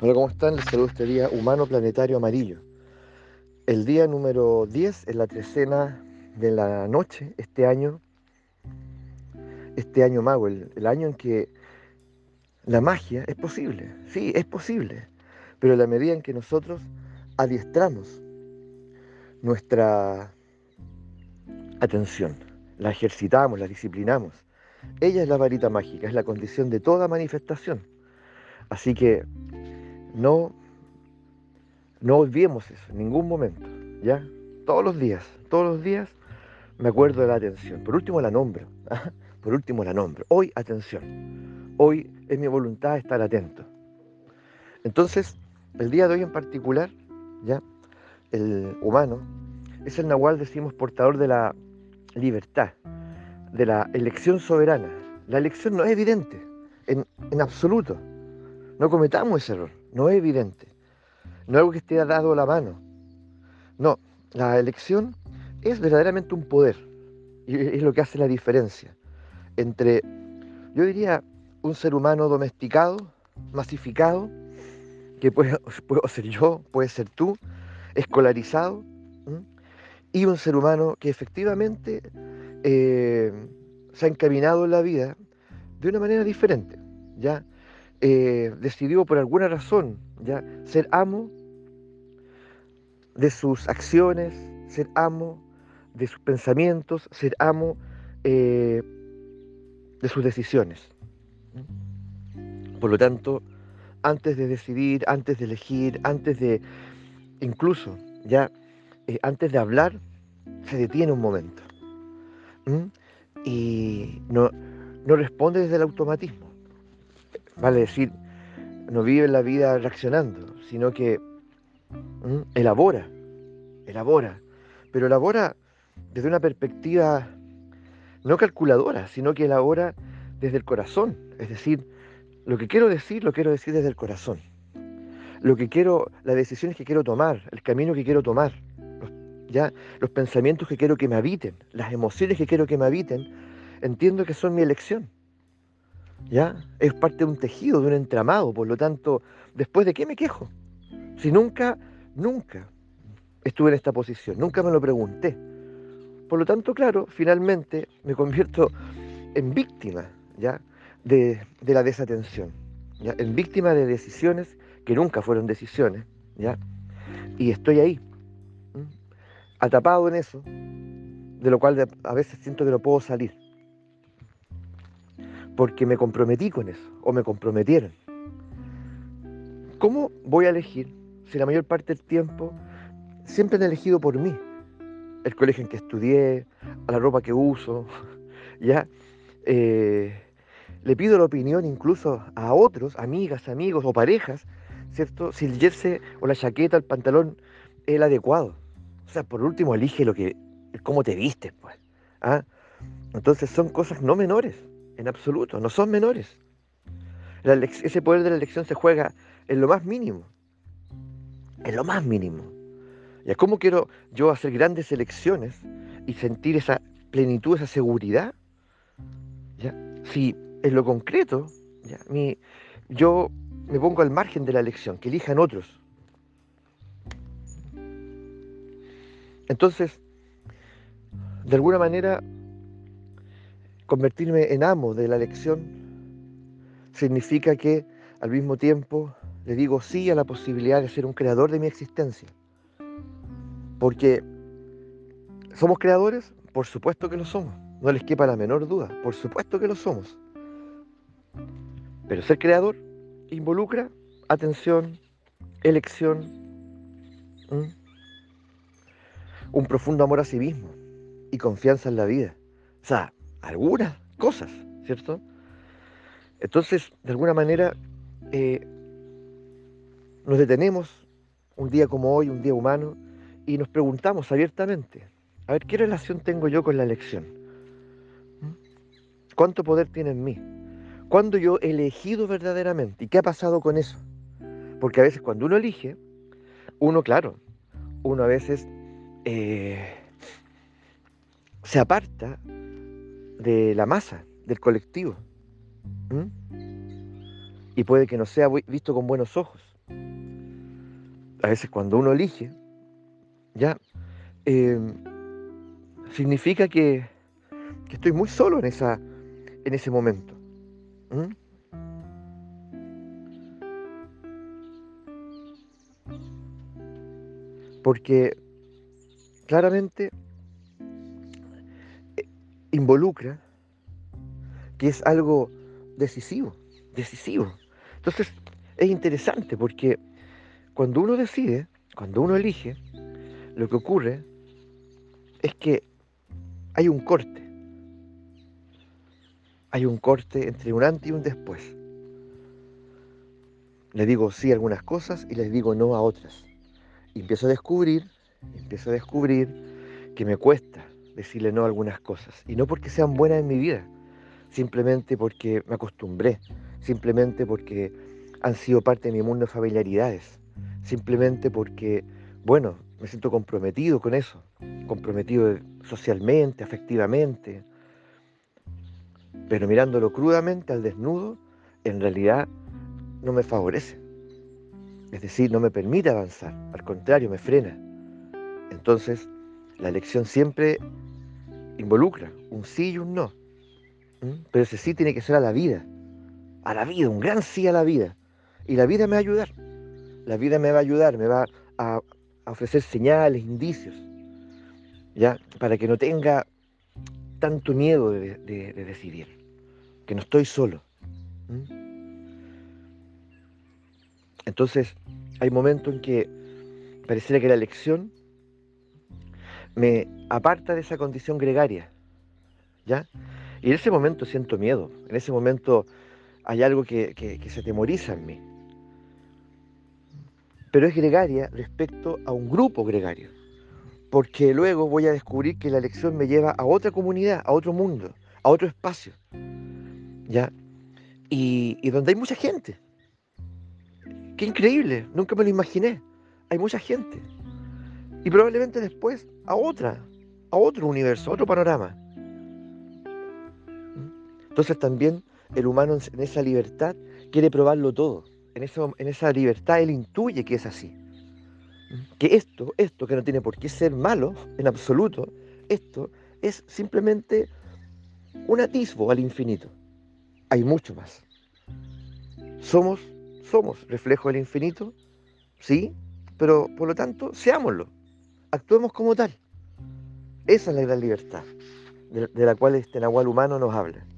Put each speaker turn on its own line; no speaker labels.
Hola, ¿cómo están? Les saludo este día humano planetario amarillo. El día número 10 en la trecena de la noche, este año mago, el año en que la magia es posible. Sí, es posible. Pero en la medida en que nosotros adiestramos nuestra atención, la ejercitamos, la disciplinamos, ella es la varita mágica, es la condición de toda manifestación. Así que no, no olvidemos eso en ningún momento, ¿ya? Todos los días me acuerdo de la atención. Por último la nombro. Por último la nombro. Hoy atención. Hoy es mi voluntad estar atento. Entonces, el día de hoy en particular, ya, el humano es el nahual, decimos, portador de la libertad, de la elección soberana. La elección no es evidente, en absoluto. No cometamos ese error. No es evidente. No es algo que esté dado a la mano. No, la elección es verdaderamente un poder. Y es lo que hace la diferencia entre, yo diría, un ser humano domesticado, masificado, que puedo ser yo, puede ser tú, escolarizado, ¿m? Y un ser humano que efectivamente eh, se ha encaminado en la vida de una manera diferente, ¿ya? Decidió por alguna razón, ¿ya? Ser amo de sus acciones, ser amo de sus pensamientos, ser amo eh, de sus decisiones. Por lo tanto, antes de decidir, antes de elegir, antes de, incluso, ya, antes de hablar, se detiene un momento. ¿M? Y no responde desde el automatismo. Vale decir, no vive la vida reaccionando, sino que elabora, elabora. Pero elabora desde una perspectiva no calculadora, sino que elabora desde el corazón. Es decir, lo quiero decir desde el corazón. Lo que quiero, las decisiones que quiero tomar, el camino que quiero tomar, los, ya, los pensamientos que quiero que me habiten, las emociones que quiero que me habiten, entiendo que son mi elección, ¿ya? Es parte de un tejido, de un entramado, por lo tanto, ¿después de qué me quejo? Si nunca estuve en esta posición, nunca me lo pregunté. Por lo tanto, claro, finalmente me convierto en víctima, ¿ya? De la desatención, ¿ya? En víctima de decisiones que nunca fueron decisiones, ¿ya? Y estoy ahí, ¿m? Atrapado en eso, de lo cual a veces siento que no puedo salir, porque me comprometí con eso, o me comprometieron. ¿Cómo voy a elegir si la mayor parte del tiempo siempre han elegido por mí? El colegio en que estudié, a la ropa que uso, ¿ya? Eh, Le pido la opinión incluso a otros, amigas, amigos o parejas, ¿cierto? Si el jersey o la chaqueta, el pantalón es el adecuado. O sea, por último, elige cómo te vistes, pues. ¿Ah? Entonces son cosas no menores, en absoluto, no son menores. Ese poder de la elección se juega en lo más mínimo, en lo más mínimo. ¿Ya cómo quiero yo hacer grandes elecciones y sentir esa plenitud, esa seguridad? ¿Ya? Si en lo concreto, ¿ya? Yo me pongo al margen de la elección, que elijan otros. Entonces, de alguna manera, convertirme en amo de la elección significa que al mismo tiempo le digo sí a la posibilidad de ser un creador de mi existencia. Porque somos creadores, por supuesto que lo somos. No les quepa la menor duda, por supuesto que lo somos. Pero ser creador involucra atención, elección, ¿m? Un profundo amor a sí mismo y confianza en la vida. O sea, algunas cosas, ¿cierto? Entonces, de alguna manera, eh, nos detenemos un día como hoy, un día humano, y nos preguntamos abiertamente, a ver, ¿qué relación tengo yo con la elección? ¿Mm? ¿Cuánto poder tiene en mí? ¿Cuándo yo he elegido verdaderamente? ¿Y qué ha pasado con eso? Porque a veces cuando uno elige, uno, claro, uno a veces eh, se aparta de la masa, del colectivo. ¿Mm? Y puede que no sea visto con buenos ojos. A veces cuando uno elige, ya, eh, significa que estoy muy solo en ese momento. ¿Mm? Porque claramente eh, involucra que es algo decisivo, decisivo. Entonces es interesante porque cuando uno decide, cuando uno elige, lo que ocurre es que hay un corte, hay un corte entre un antes y un después. Le digo sí a algunas cosas y les digo no a otras. Y empiezo a descubrir que me cuesta decirle no a algunas cosas. Y no porque sean buenas en mi vida, simplemente porque me acostumbré, simplemente porque han sido parte de mi mundo de familiaridades, simplemente porque, bueno, me siento comprometido con eso, comprometido socialmente, afectivamente, pero mirándolo crudamente al desnudo, en realidad no me favorece, es decir, no me permite avanzar, al contrario, me frena. Entonces, la elección siempre involucra un sí y un no, pero ese sí tiene que ser a la vida, un gran sí a la vida. Y la vida me va a ayudar, la vida me va a ayudar, me va a ofrecer señales, indicios, ¿ya? Para que no tenga tanto miedo de decidir, que no estoy solo. ¿Mm? Entonces, hay momentos en que pareciera que la elección me aparta de esa condición gregaria, ¿ya? Y en ese momento siento miedo, en ese momento hay algo que se temoriza en mí, pero es gregaria respecto a un grupo gregario, porque luego voy a descubrir que la elección me lleva a otra comunidad, a otro mundo, a otro espacio, ¿ya? Y donde hay mucha gente. ¡Qué increíble! Nunca me lo imaginé. Hay mucha gente. Y probablemente después a otro universo, a otro panorama. Entonces también el humano en esa libertad quiere probarlo todo. En esa libertad él intuye que es así. Que esto que no tiene por qué ser malo en absoluto, esto es simplemente un atisbo al infinito. Hay mucho más. Somos, somos reflejo del infinito, sí, pero por lo tanto, seámoslo, actuemos como tal. Esa es la gran libertad de la cual este Nahual humano nos habla.